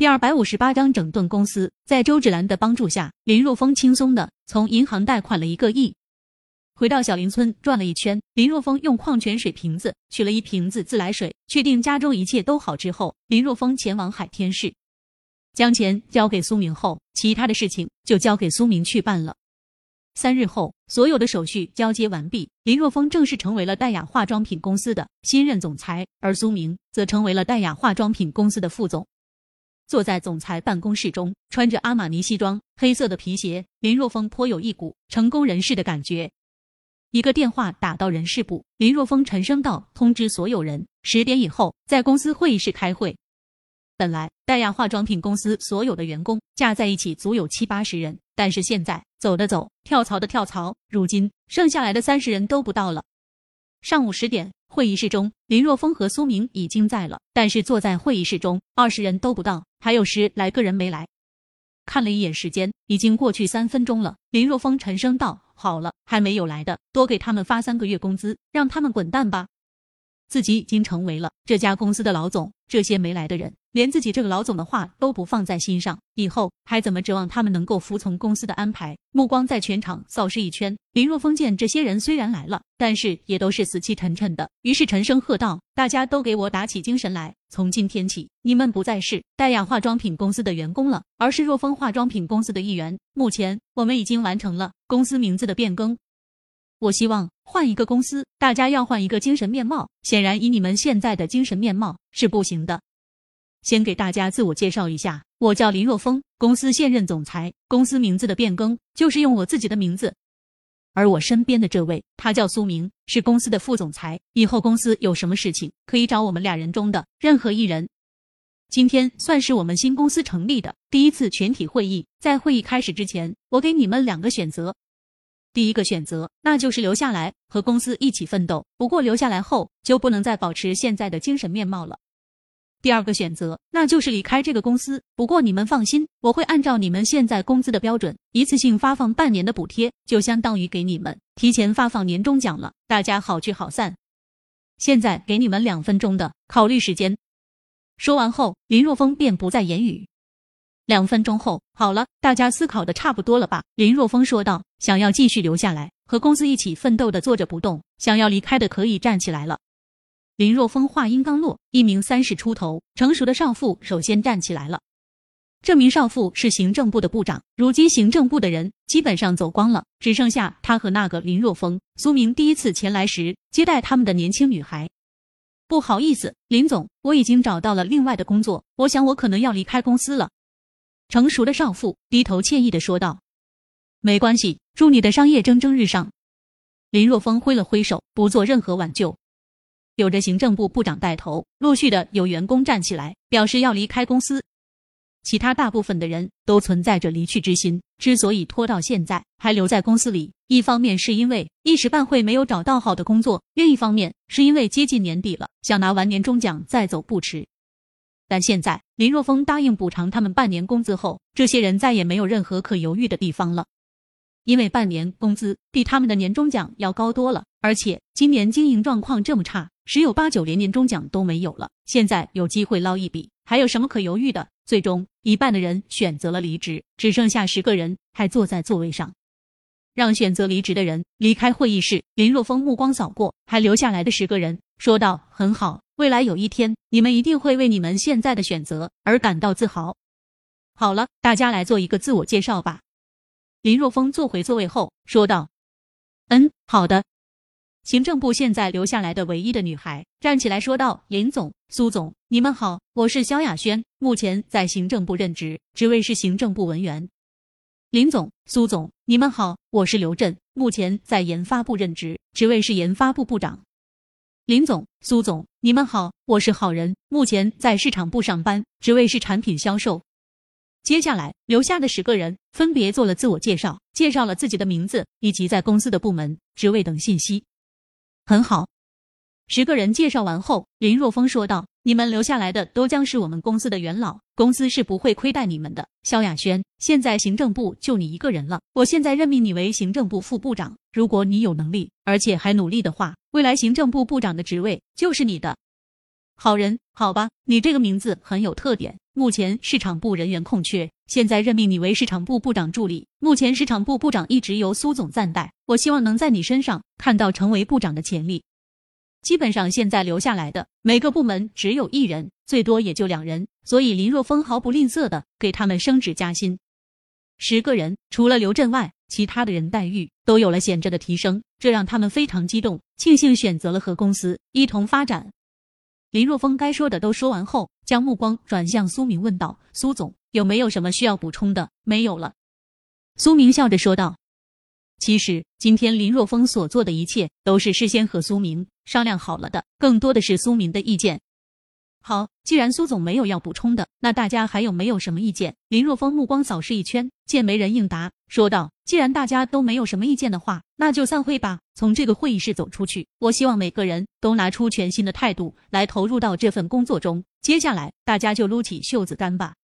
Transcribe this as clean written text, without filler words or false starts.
第258章整顿公司。在周芷兰的帮助下，林若风轻松地从银行贷款了1个亿。回到小林村转了一圈，林若风用矿泉水瓶子取了1瓶子自来水，确定家中一切都好之后，林若风前往海天市，将钱交给苏明后，其他的事情就交给苏明去办了。3日后，所有的手续交接完毕，林若风正式成为了黛雅化妆品公司的新任总裁，而苏明则成为了黛雅化妆品公司的副总。坐在总裁办公室中，穿着阿玛尼西装、黑色的皮鞋，林若风颇有一股成功人士的感觉。一个电话打到人事部，林若风沉声道：“通知所有人，10点以后在公司会议室开会。”本来黛雅化妆品公司所有的员工加在一起足有70-80人，但是现在走的走，跳槽的跳槽，如今剩下来的30人都不到了。上午10点，会议室中，林若风和苏明已经在了，但是坐在会议室中20人都不到，还有10来个人没来。看了一眼时间，已经过去3分钟了。林若风沉声道：“好了，还没有来的，多给他们发3个月工资，让他们滚蛋吧。”自己已经成为了这家公司的老总，这些没来的人连自己这个老总的话都不放在心上，以后还怎么指望他们能够服从公司的安排？目光在全场扫视一圈，林若风见这些人虽然来了，但是也都是死气沉沉的，于是沉声喝道：“大家都给我打起精神来，从今天起，你们不再是黛雅化妆品公司的员工了，而是若风化妆品公司的一员。目前我们已经完成了公司名字的变更。我希望换一个公司，大家要换一个精神面貌，显然以你们现在的精神面貌是不行的。先给大家自我介绍一下，我叫林若风，公司现任总裁，公司名字的变更就是用我自己的名字。而我身边的这位，他叫苏明，是公司的副总裁，以后公司有什么事情可以找我们2人中的任何一人。今天算是我们新公司成立的第1次全体会议，在会议开始之前，我给你们2个选择。第一个选择，那就是留下来和公司一起奋斗，不过留下来后就不能再保持现在的精神面貌了。第2个选择，那就是离开这个公司，不过你们放心，我会按照你们现在工资的标准，一次性发放半年的补贴，就相当于给你们提前发放年终奖了，大家好聚好散。现在给你们2分钟的考虑时间。说完后，林若风便不再言语。2分钟后，好了，大家思考的差不多了吧？林若风说道。想要继续留下来和公司一起奋斗的坐着不动，想要离开的可以站起来了。林若风话音刚落，一名30出头成熟的少妇首先站起来了。这名少妇是行政部的部长，如今行政部的人基本上走光了，只剩下她和那个林若风。苏明第1次前来时接待他们的年轻女孩。不好意思，林总，我已经找到了另外的工作，我想我可能要离开公司了。成熟的少妇低头歉意地说道。没关系，祝你的商业蒸蒸日上。林若风挥了挥手，不做任何挽救。有着行政部部长带头，陆续的有员工站起来，表示要离开公司。其他大部分的人都存在着离去之心，之所以拖到现在还留在公司里，一方面是因为一时半会没有找到好的工作，另一方面是因为接近年底了，想拿完年终奖再走不迟。但现在林若风答应补偿他们半年工资后，这些人再也没有任何可犹豫的地方了。因为半年工资比他们的年终奖要高多了，而且今年经营状况这么差，10有89连年终奖都没有了，现在有机会捞一笔，还有什么可犹豫的？最终一半的人选择了离职，只剩下10个人还坐在座位上。让选择离职的人离开会议室，林若风目光扫过还留下来的10个人，说道：“很好，未来有一天你们一定会为你们现在的选择而感到自豪。好了，大家来做一个自我介绍吧。”林若风坐回座位后说道：“好的。”行政部现在留下来的唯一的女孩站起来说道：“林总、苏总，你们好，我是萧亚轩，目前在行政部任职，职位是行政部文员。”林总、苏总，你们好，我是刘震，目前在研发部任职，职位是研发部部长。林总、苏总，你们好，我是郝仁，目前在市场部上班，职位是产品销售。接下来留下的10个人分别做了自我介绍，介绍了自己的名字以及在公司的部门、职位等信息。很好，10个人介绍完后，林若风说道：“你们留下来的都将是我们公司的元老，公司是不会亏待你们的。萧亚轩，现在行政部就你一个人了，我现在任命你为行政部副部长，如果你有能力，而且还努力的话，未来行政部部长的职位就是你的。”好人，好吧，你这个名字很有特点， 目前市场部人员空缺，现在任命你为市场部部长助理。目前市场部部长一直由苏总暂代，我希望能在你身上看到成为部长的潜力。基本上现在留下来的每个部门只有1人，最多也就2人，所以林若风毫不吝啬的给他们升职加薪。10个人，除了刘振外，其他的人待遇都有了显著的提升，这让他们非常激动，庆幸选择了和公司一同发展。林若风该说的都说完后，将目光转向苏明问道：“苏总，有没有什么需要补充的？”没有了。苏明笑着说道。其实今天林若风所做的一切都是事先和苏明商量好了的，更多的是苏明的意见。好，既然苏总没有要补充的，那大家还有没有什么意见？林若风目光扫视一圈，见没人应答，说道：“既然大家都没有什么意见的话，那就散会吧。”从这个会议室走出去，我希望每个人都拿出全新的态度来投入到这份工作中。接下来，大家就撸起袖子干吧。